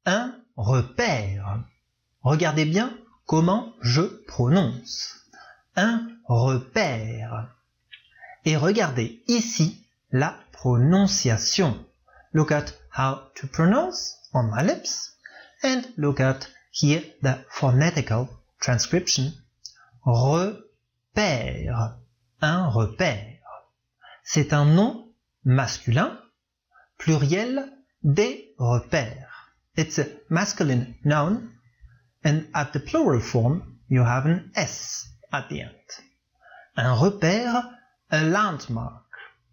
Un repère. Regardez bien comment je prononce. Un repère. Et regardez ici la prononciation. Look at how to pronounce on my lips and look at here the phonetical transcription. Repère. Un repère. C'est un nom masculin, pluriel des repères. It's a masculine noun and at the plural form you have an S at the end. Un repère, a landmark.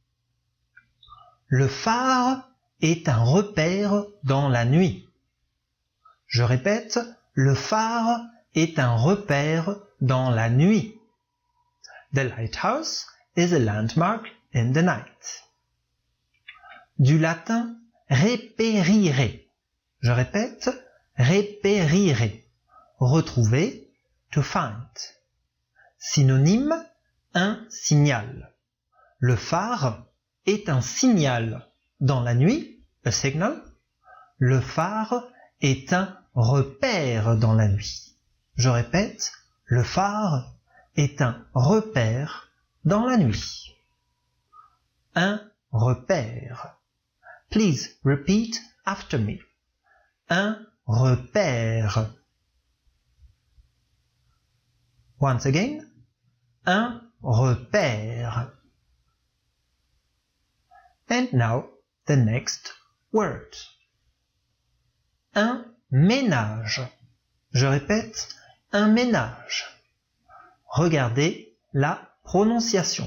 Le phare est un repère dans la nuit. Je répète, le phare est un repère dans la nuit. The lighthouse is a landmark in the night. Du latin répérire. Je répète, répérire. Retrouver, to find. Synonyme, un signal. Le phare est un signal dans la nuit, a signal. Le phare est un repère dans la nuit. Je répète, le phare est un repère dans la nuit. Un repère. Please repeat after me. Un repère. Once again. Un repère. And now the next word. Un ménage. Je répète, un ménage. Regardez la prononciation.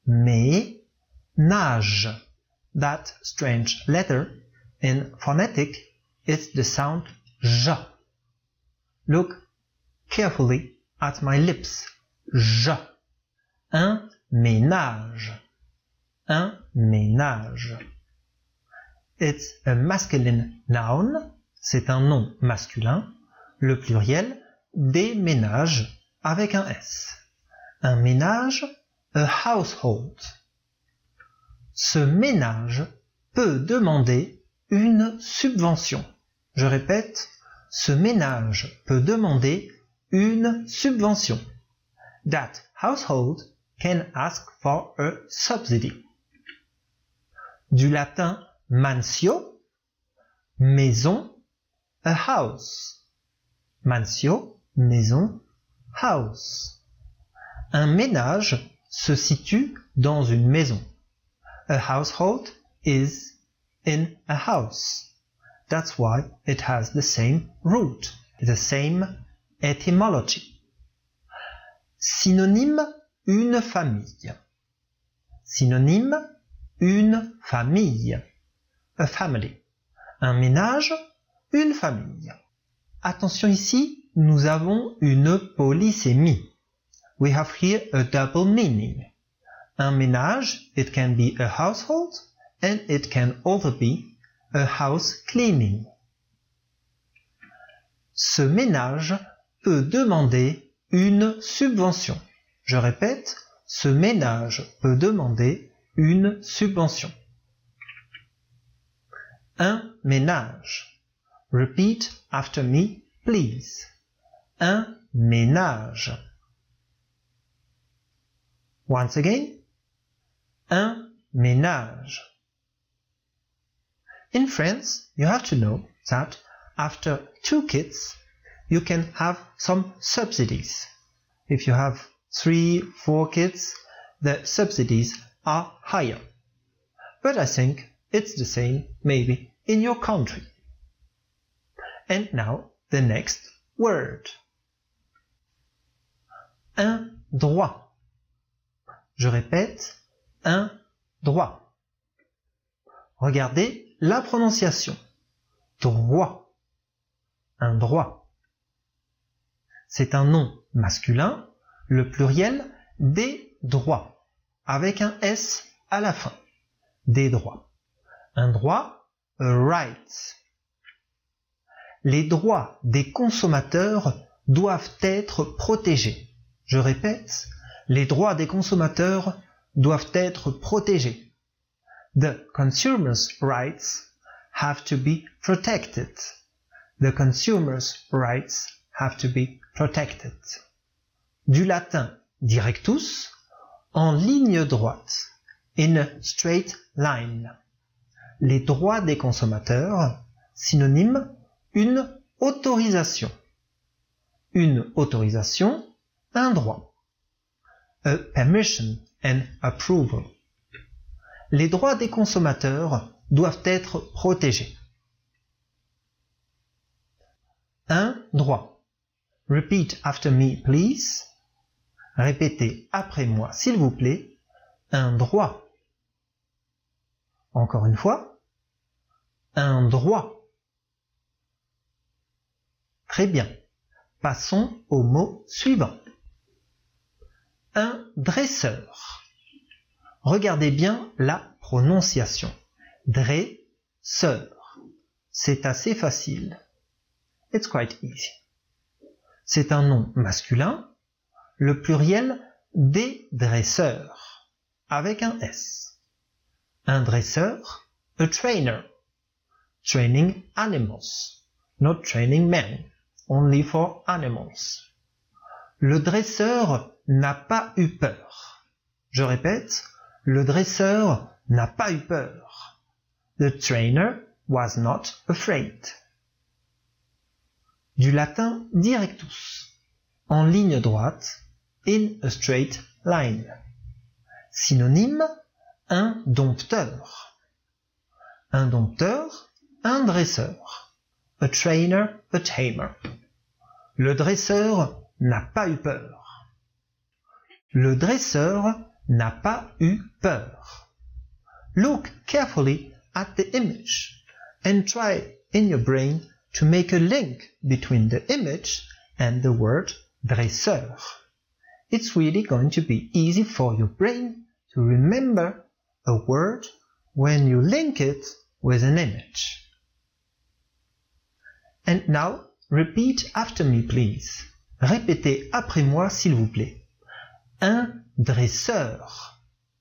Ménage. That strange letter in phonetic is the sound J. Look carefully at my lips. J. Un ménage. Un ménage. It's a masculine noun. C'est un nom masculin. Le pluriel, des ménages avec un S. Un ménage, a household. Ce ménage peut demander une subvention. Je répète, ce ménage peut demander une subvention. That household can ask for a subsidy. Du latin mansio, maison, a house. Mansio, maison, house. Un ménage se situe dans une maison. A household is in a house. That's why it has the same root, the same etymology. Synonyme, une famille. Synonyme, une famille. A family. Un ménage, une famille. Attention ici, nous avons une polysémie. We have here a double meaning. Un ménage, it can be a household and it can also be a house cleaning. Ce ménage peut demander une subvention. Je répète, ce ménage peut demander une subvention. Un ménage. Repeat after me, please. Un ménage. Once again. Un ménage. In France, you have to know that after 2 kids, you can have some subsidies. If you have 3, 4 kids, the subsidies are higher. But I think it's the same maybe in your country. And now the next word. Un droit. Je répète, un droit. Regardez la prononciation. Droit. Un droit. C'est un nom masculin, le pluriel des droits, avec un S à la fin. Des droits. Un droit, a right. Les droits des consommateurs doivent être protégés. Je répète, les droits des consommateurs doivent être protégés. The consumers' rights have to be protected. The consumer's rights have to be protected. Du latin directus, en ligne droite, in a straight line. Les droits des consommateurs, synonyme, une autorisation. Une autorisation, un droit. A permission and approval. Les droits des consommateurs doivent être protégés. Un droit. Repeat after me, please. Répétez après moi, s'il vous plaît. Un droit. Encore une fois. Un droit. Très bien. Passons au mot suivant. Un dresseur. Regardez bien la prononciation. Dresseur. C'est assez facile. It's quite easy. C'est un nom masculin, le pluriel des dresseurs, avec un S. Un dresseur, a trainer. Training animals, not training men, only for animals. Le dresseur n'a pas eu peur. Je répète, le dresseur n'a pas eu peur. The trainer was not afraid. Du latin directus, en ligne droite, in a straight line. Synonyme, un dompteur. Un dompteur, un dresseur. A trainer, a tamer. Le dresseur n'a pas eu peur. Le dresseur n'a pas eu peur. Look carefully at the image and try in your brain to make a link between the image and the word dresseur. It's really going to be easy for your brain to remember a word when you link it with an image. And now, repeat after me, please. Répétez après moi, s'il vous plaît. Un dresseur.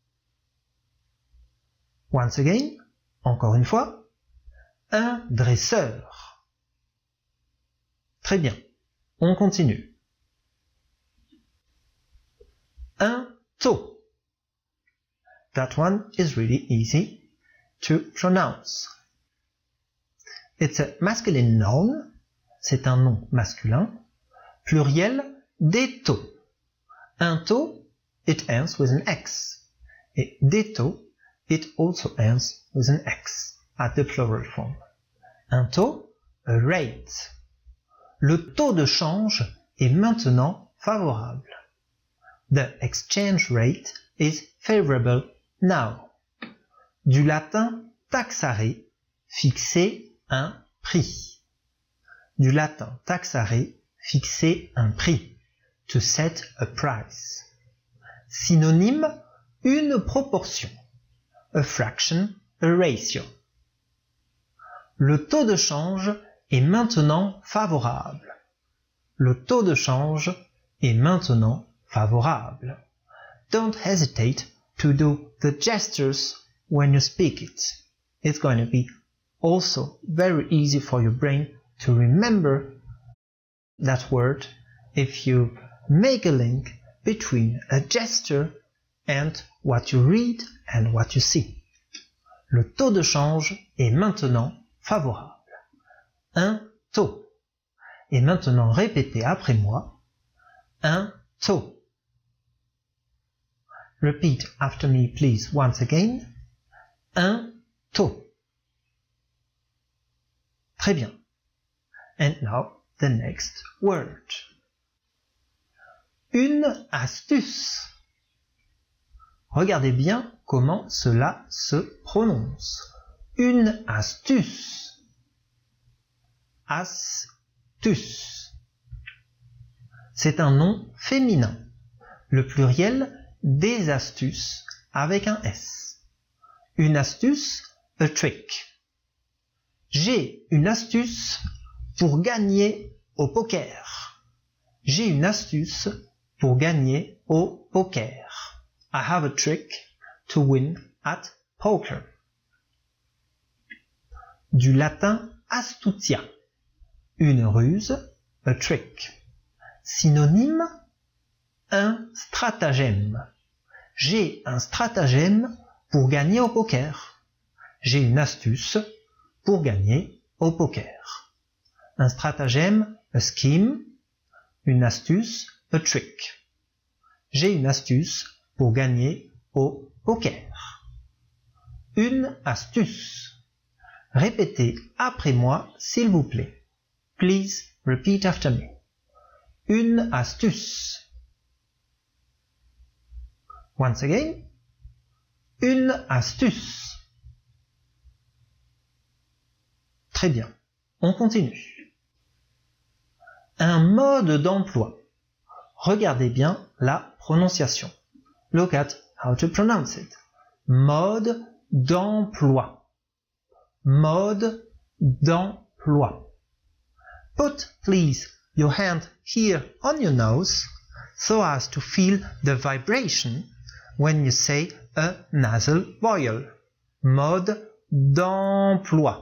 Once again, encore une fois. Un dresseur. Très bien. On continue. Un taux. That one is really easy to pronounce. It's a masculine noun. C'est un nom masculin. Pluriel des taux. Un taux, it ends with an X. Et des taux, it also ends with an X at the plural form. Un taux, a rate. Le taux de change est maintenant favorable. The exchange rate is favorable now. Du latin taxare, fixer un prix. Du latin taxare, fixer un prix. To set a price. Synonyme, une proportion. A fraction, a ratio. Le taux de change est maintenant favorable. Le taux de change est maintenant favorable. Don't hesitate to do the gestures when you speak it. It's going to be also very easy for your brain to remember that word if you make a link between a gesture and what you read and what you see. Le taux de change est maintenant favorable. Un taux. Et maintenant répétez après moi. Un taux. Repeat after me please once again. Un taux. Très bien. And now the next word. Une astuce. Regardez bien comment cela se prononce. Une astuce. Astuce. C'est un nom féminin. Le pluriel des astuces avec un S. Une astuce, a trick. J'ai une astuce pour gagner au poker. J'ai une astuce pour gagner au poker. I have a trick to win at poker. Du latin astutia. une ruse, a trick. Synonyme, un stratagème. J'ai un stratagème pour gagner au poker. J'ai une astuce pour gagner au poker. Un stratagème, a scheme. Une astuce, a trick. J'ai une astuce pour gagner au poker. Une astuce. Répétez après moi, s'il vous plaît. Please repeat after me. Une astuce. Once again. Une astuce. Très bien. On continue. Un mode d'emploi. Regardez bien la prononciation. Look at how to pronounce it. Mode d'emploi. Mode d'emploi. Put, please, your hand here on your nose so as to feel the vibration when you say a nasal vowel. Mode d'emploi.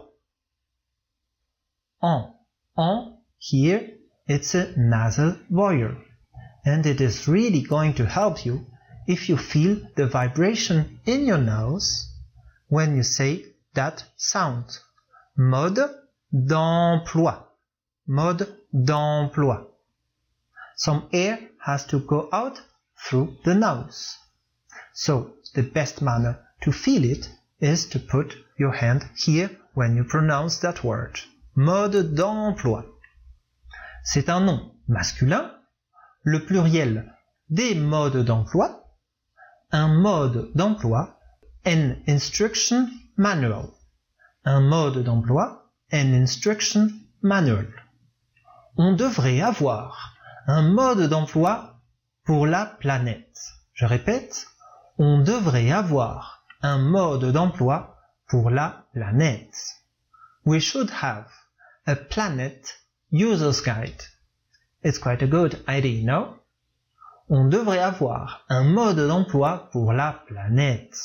En, here, it's a nasal vowel. And it is really going to help you if you feel the vibration in your nose when you say that sound. Mode d'emploi. Mode d'emploi. Some air has to go out through the nose. So, the best manner to feel it is to put your hand here when you pronounce that word. Mode d'emploi. C'est un nom masculin, le pluriel des modes d'emploi, un mode d'emploi, an instruction manual. Un mode d'emploi, an instruction manual. On devrait avoir un mode d'emploi pour la planète. Je répète, on devrait avoir un mode d'emploi pour la planète. We should have a planet user's guide. It's quite a good idea, no? On devrait avoir un mode d'emploi pour la planète.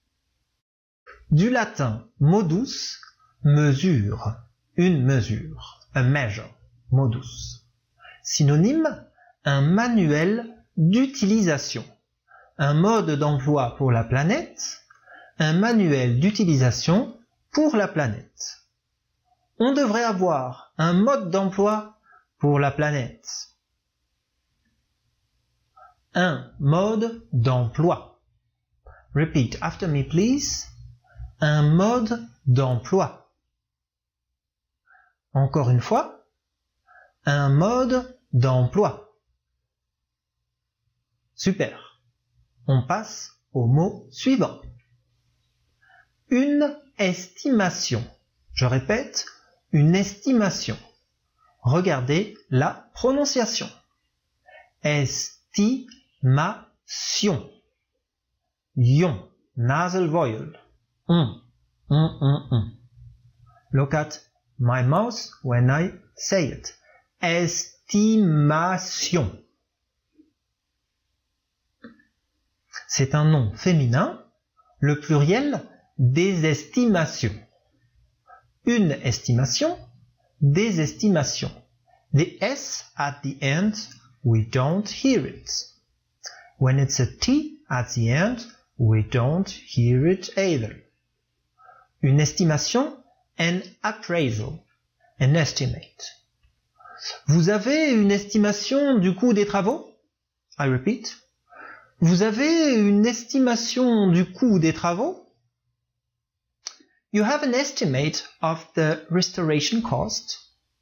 Du latin modus, mesure, une mesure, a measure, modus. Synonyme, un manuel d'utilisation. Un mode d'emploi pour la planète, un manuel d'utilisation pour la planète. On devrait avoir un mode d'emploi pour la planète. Un mode d'emploi. Repeat after me, please. Un mode d'emploi. Encore une fois. Un mode d'emploi. Super. On passe au mot suivant. Une estimation. Je répète, une estimation. Regardez la prononciation. Estimation. Ion, nasal vowel. Look at my mouth when I say it. Estimation. C'est un nom féminin, le pluriel des estimations. Une estimation, des estimations. The S at the end, we don't hear it. When it's a T at the end, we don't hear it either. Une estimation, an appraisal, an estimate. Vous avez une estimation du coût des travaux? I repeat. Vous avez une estimation du coût des travaux? You have an estimate of the restoration cost.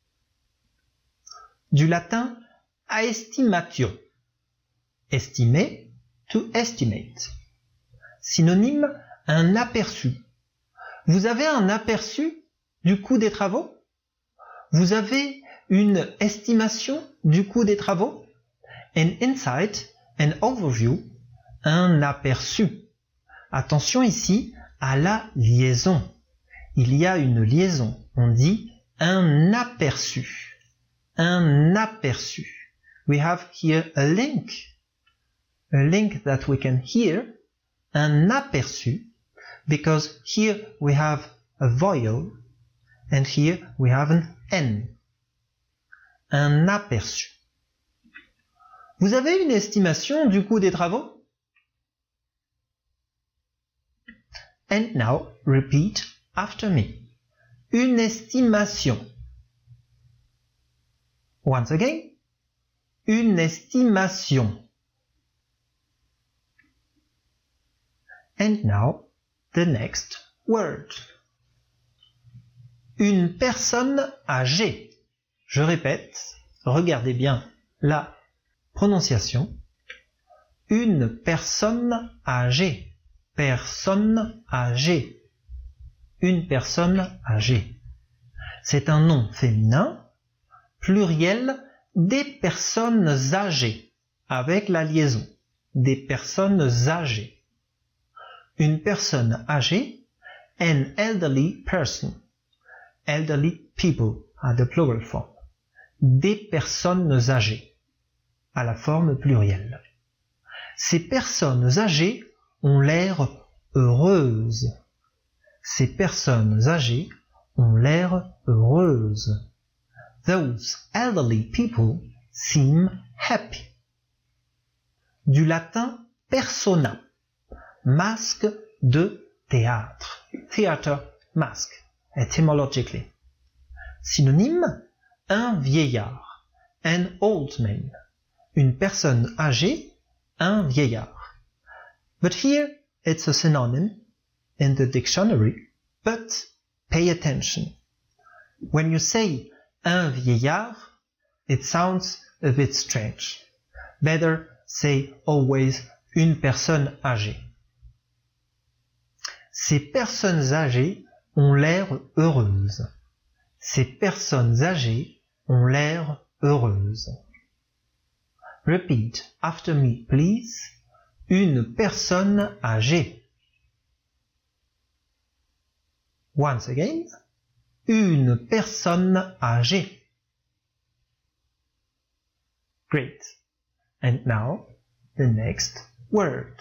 Du latin aestimatio. Estimer, to estimate. Synonyme, un aperçu. Vous avez un aperçu du coût des travaux? Vous avez une estimation du coût des travaux? An insight, an overview, un aperçu. Attention ici à la liaison. Il y a une liaison. On dit un aperçu. Un aperçu. We have here a link. A link that we can hear. Un aperçu. Because here we have a vowel. And here we have an N. un aperçu. Vous avez une estimation du coût des travaux? And now repeat after me. Une estimation. Once again. Une estimation. And now the next word. Une personne âgée. Je répète, regardez bien la prononciation. Une personne âgée. Personne âgée. Une personne âgée. C'est un nom féminin, pluriel des personnes âgées, avec la liaison. Des personnes âgées. Une personne âgée, an elderly person. Elderly people are the plural form. Des personnes âgées, à la forme plurielle. Ces personnes âgées ont l'air heureuses. Ces personnes âgées ont l'air heureuses. Those elderly people seem happy. Du latin persona, masque de théâtre. Theater mask, etymologically. Synonyme, un vieillard. An old man. Une personne âgée, un vieillard. But here it's a synonym in the dictionary, but pay attention. When you say un vieillard, it sounds a bit strange. Better say always une personne âgée. Ces personnes âgées ont l'air heureuses. Ces personnes âgées ont l'air heureuses. Repeat after me, please. Une personne âgée. Once again. Une personne âgée. Great. And now, the next word.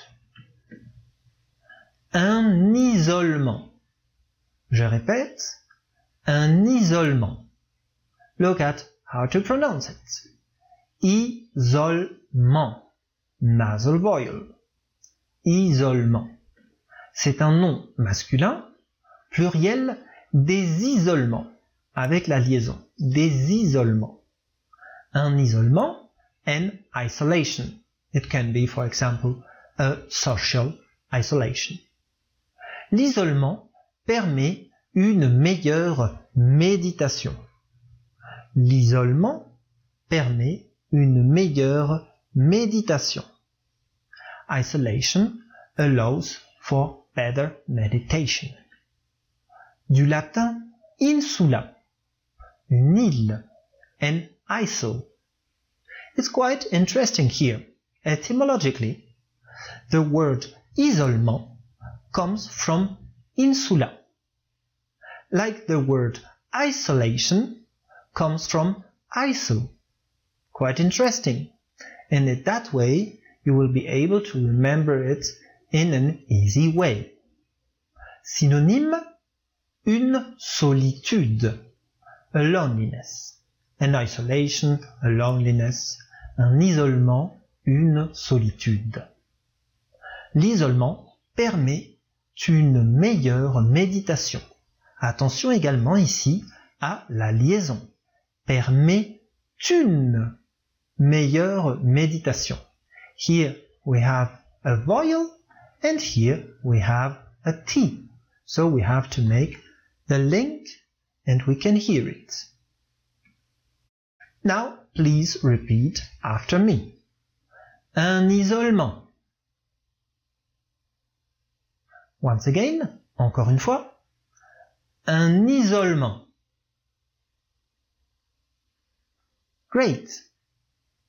Un isolement. Je répète, un isolement. Look at how to pronounce it. Isolement. Nasal vowel. Isolement. C'est un nom masculin, pluriel des isolements, avec la liaison. Des isolements. Un isolement, an isolation. It can be, for example, a social isolation. L'isolement permet une meilleure méditation. L'isolement permet une meilleure méditation. Isolation allows for better meditation. Du latin insula, une île, an isle. It's quite interesting here. Etymologically, the word isolement comes from insula, like the word isolation comes from isle. Quite interesting. And in that way, you will be able to remember it in an easy way. Synonyme, une solitude, a loneliness. An isolation, a loneliness. Un isolement, une solitude. L'isolement permet une meilleure méditation. Attention également ici à la liaison. Permet une meilleure méditation. Here we have a vowel and here we have a T. So we have to make the link and we can hear it. Now please repeat after me. Un isolement. Once again, encore une fois. Un isolement. Great.